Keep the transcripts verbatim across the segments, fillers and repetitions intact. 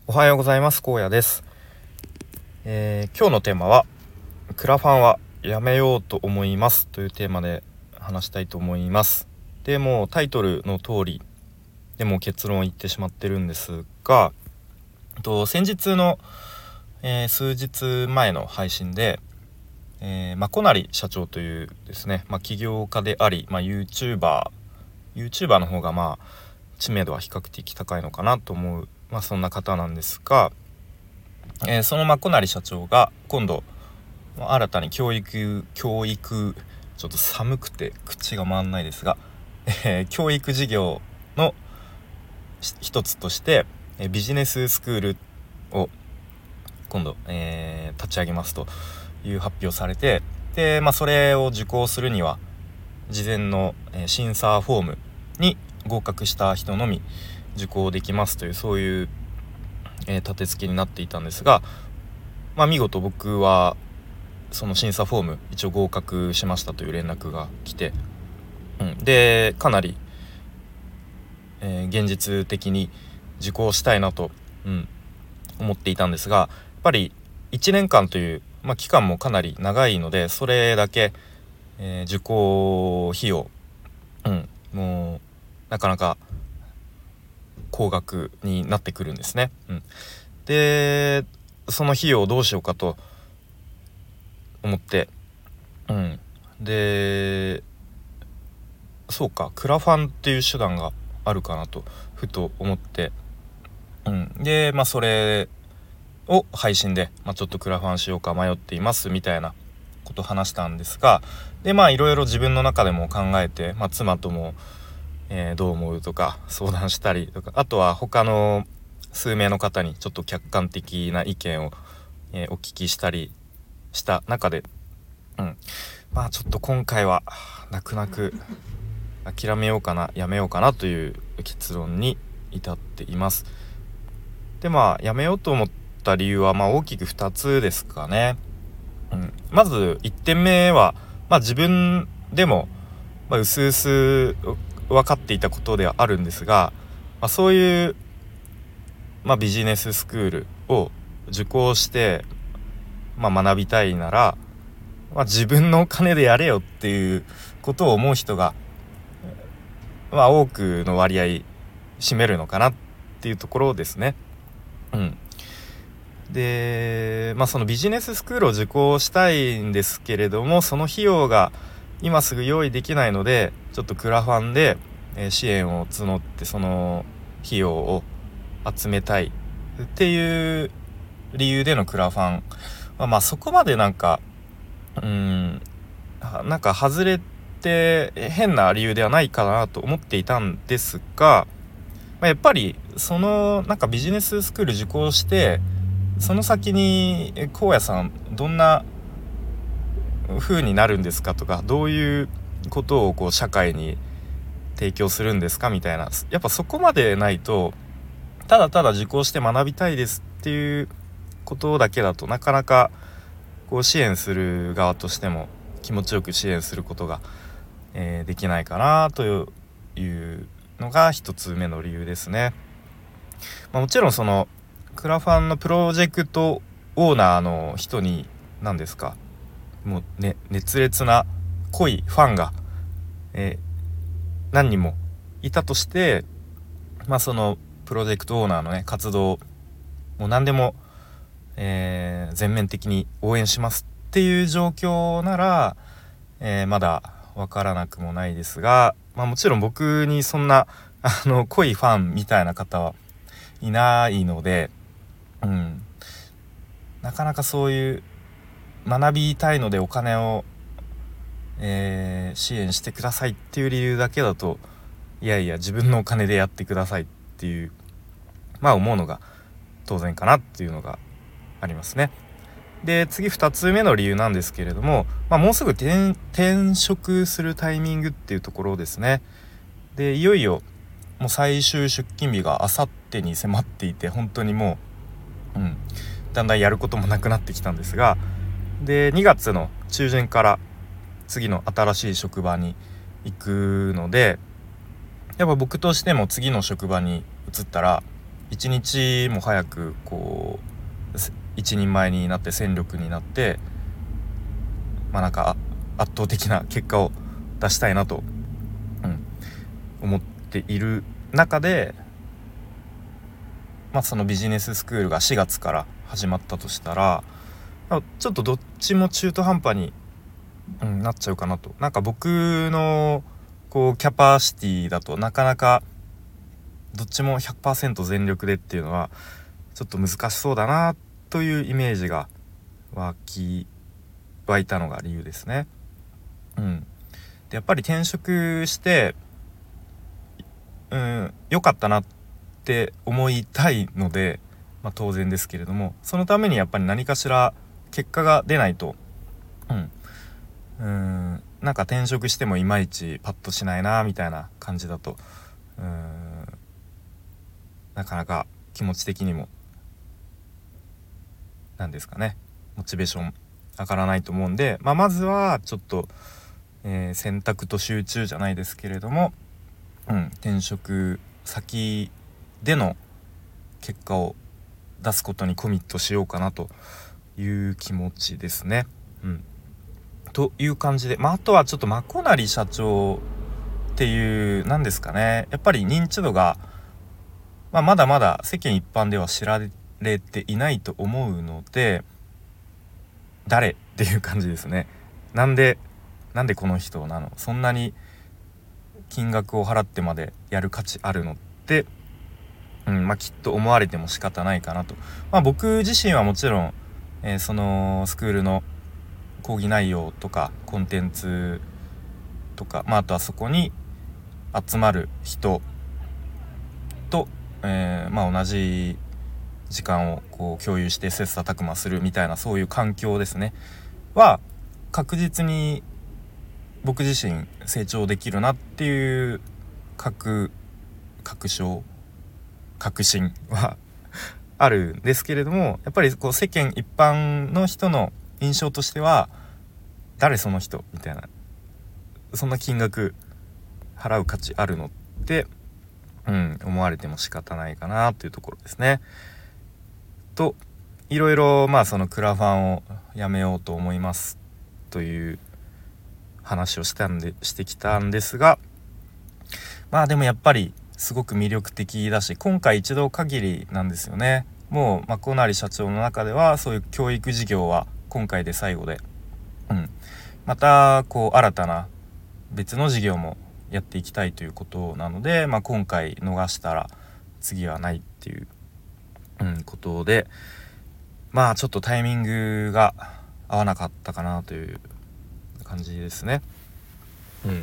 おはようございます。荒野です、えー、今日のテーマはクラファンはやめようと思いますというテーマで話したいと思います。でもうタイトルの通りでも結論を言ってしまってるんですが、と先日の、えー、数日前の配信で、えーまあ、小成社長というですね、まあ、起業家であり、まあ、YouTuber YouTuber の方がまあ知名度は比較的高いのかなと思う、まあ、そんな方なんですが、えー、そのまあ小成社長が今度新たに教育教育ちょっと寒くて口が回んないですが、えー、教育事業の一つとして、えー、ビジネススクールを今度、えー、立ち上げますという発表されて、で、まあ、それを受講するには事前の、えー、審査フォームに合格した人のみ受講できますというそういう、えー、立て付けになっていたんですが、まあ、見事僕はその審査フォーム一応合格しましたという連絡が来て、うん、でかなり、えー、現実的に受講したいなと、うん、思っていたんですが、やっぱりいちねんかんという、まあ、期間もかなり長いのでそれだけ、えー、受講費用、うん、もうなかなか高額になってくるんですね、うん、でその費用をどうしようかと思って、うん、でそうかクラファンっていう手段があるかなとふと思って、うん、でまあそれを配信で、まあ、ちょっとクラファンしようか迷っていますみたいなことを話したんですが、でまあいろいろ自分の中でも考えて、まあ、妻とも、えー、どう思うとか相談したりとか、あとは他の数名の方にちょっと客観的な意見を、えー、お聞きしたりした中で、うん、まあちょっと今回は泣く泣く諦めようかなやめようかなという結論に至っています。でまあやめようと思った理由はまあ大きくふたつですかね、うん、まずいってんめは、まあ、自分でも、まあ、うすうす分かっていたことではあるんですが、まあ、そういう、まあ、ビジネススクールを受講して、まあ、学びたいなら、まあ、自分のお金でやれよっていうことを思う人が、まあ、多くの割合占めるのかなっていうところですね。うん、で、まあ、そのビジネススクールを受講したいんですけれども、その費用が今すぐ用意できないので、ちょっとクラファンで支援を募ってその費用を集めたいっていう理由でのクラファンは、まあそこまでなんかうーんなんか外れて変な理由ではないかなと思っていたんですが、まあ、やっぱりそのなんかビジネススクール受講してその先に荒野さんどんな風になるんですかとか、どういうことをこう社会に提供するんですかみたいな、やっぱそこまでないとただただ受講して学びたいですっていうことだけだとなかなかこう支援する側としても気持ちよく支援することが、えー、できないかなというのが一つ目の理由ですね。まあ、もちろんそのクラファンのプロジェクトオーナーの人に何ですかもう、ね、熱烈な濃いファンが、えー、何人もいたとして、まあそのプロジェクトオーナーのね活動もう何でも、えー、全面的に応援しますっていう状況なら、えー、まだわからなくもないですが、まあ、もちろん僕にそんなあの濃いファンみたいな方はいないので、うん、なかなかそういう学びたいのでお金を、えー、支援してくださいっていう理由だけだと、いやいや自分のお金でやってくださいっていうまあ思うのが当然かなっていうのがありますね。で次ふたつめの理由なんですけれども、まあ、もうすぐ転職するタイミングっていうところですね。でいよいよもう最終出勤日があさってに迫っていて、本当にもう、うん、だんだんやることもなくなってきたんですが、でにがつの中旬から次の新しい職場に行くので、やっぱ僕としても次の職場に移ったら一日も早くこう一人前になって戦力になって、まあなんか圧倒的な結果を出したいなと、うん、思っている中で、まあそのビジネススクールがしがつから始まったとしたら、ちょっとどっちも中途半端に、うん、なっちゃうかなと。なんか僕のこうキャパシティだとなかなかどっちも ひゃくパーセント 全力でっていうのはちょっと難しそうだなというイメージが湧き湧いたのが理由ですね。うん。でやっぱり転職してうん良かったなって思いたいので、まあ、当然ですけれども、そのためにやっぱり何かしら結果が出ないと、うんうーんなんか転職してもいまいちパッとしないなみたいな感じだと、うーんなかなか気持ち的にもなんですかね、モチベーション上がらないと思うんで、まあ、まずはちょっと、えー選択と集中じゃないですけれども、うん、転職先での結果を出すことにコミットしようかなという気持ちですね。うん、という感じで、まあ、あとはちょっと真子成社長っていう何ですかね、やっぱり認知度が、まあ、まだまだ世間一般では知られていないと思うので、誰っていう感じですね。なんでなんでこの人なの、そんなに金額を払ってまでやる価値あるのって、うんまあ、きっと思われても仕方ないかなと。まあ、僕自身はもちろん、えーそのスクールの講義内容とかコンテンツとか、まあ、あとはそこに集まる人と、えーまあ、同じ時間をこう共有して切磋琢磨するみたいな、そういう環境ですねは確実に僕自身成長できるなっていう確確証確信はあるんですけれども、やっぱりこう世間一般の人の印象としては、誰その人みたいな、そんな金額払う価値あるのって、うん、思われても仕方ないかなというところですね。といろいろまあそのクラファンをやめようと思いますという話をしたんでしてきたんですが、まあでもやっぱりすごく魅力的だし、今回一度限りなんですよね。もう真子成社長の中ではそういう教育事業は今回で最後で、うん、またこう新たな別の事業もやっていきたいということなので、まあ、今回逃したら次はないっていう、うん、ことで、まあちょっとタイミングが合わなかったかなという感じですね。うん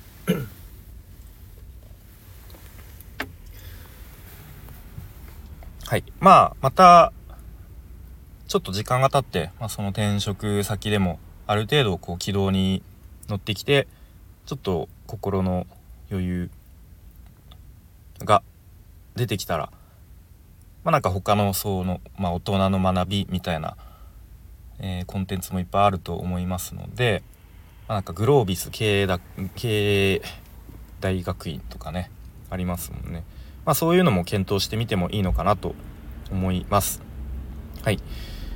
はい、まあまたちょっと時間が経って、まあ、その転職先でもある程度こう軌道に乗ってきて、ちょっと心の余裕が出てきたら、まあなんか他の層の、まあ、大人の学びみたいな、えーコンテンツもいっぱいあると思いますので、まあ、なんかグロービス経営だ経営大学院とかねありますもんね。まあそういうのも検討してみてもいいのかなと思います。はい。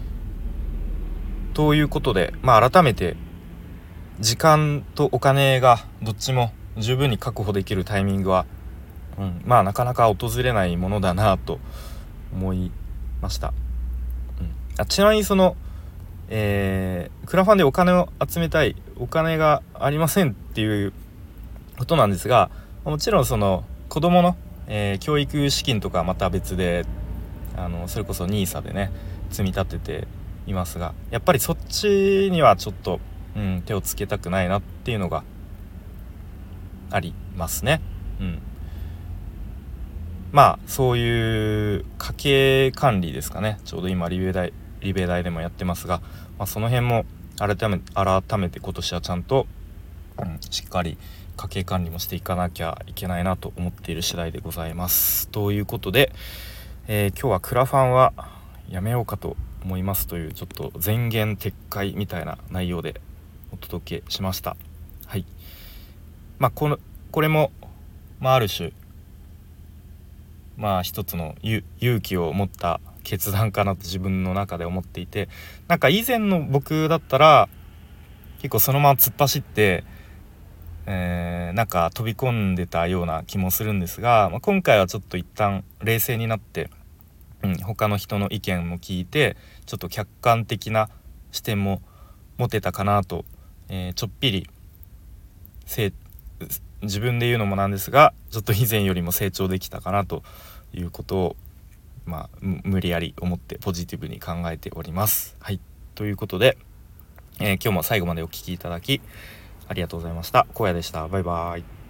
ということで、まあ改めて時間とお金がどっちも十分に確保できるタイミングは、うん、まあなかなか訪れないものだなと思いました。うん、あちなみにその、えー、クラファンでお金を集めたい、お金がありませんっていうことなんですが、もちろんその子どもの、えー、教育資金とかまた別で、あのそれこそ ニーサ でね積み立てていますが、やっぱりそっちにはちょっと、うん、手をつけたくないなっていうのがありますね。うん、まあそういう家計管理ですかね。ちょうど今リベ大リベ大でもやってますが、まあ、その辺も改め改めて今年はちゃんと、うん、しっかり家計管理もしていかなきゃいけないなと思っている次第でございます。ということで、えー、今日はクラファンはやめようかと思いますというちょっと前言撤回みたいな内容でお届けしました。はい。まあこのこれも、まあ、ある種まあ一つの勇気を持った決断かなと自分の中で思っていて、なんか以前の僕だったら結構そのまま突っ走って、えー、なんか飛び込んでたような気もするんですが、まあ、今回はちょっと一旦冷静になって、うん、他の人の意見も聞いてちょっと客観的な視点も持てたかなと、えー、ちょっぴりせ自分で言うのもなんですがちょっと以前よりも成長できたかなということを、まあ、無理やり思ってポジティブに考えております。はい、ということで、えー、今日も最後までお聞きいただきありがとうございました。荒野でした。バイバイ。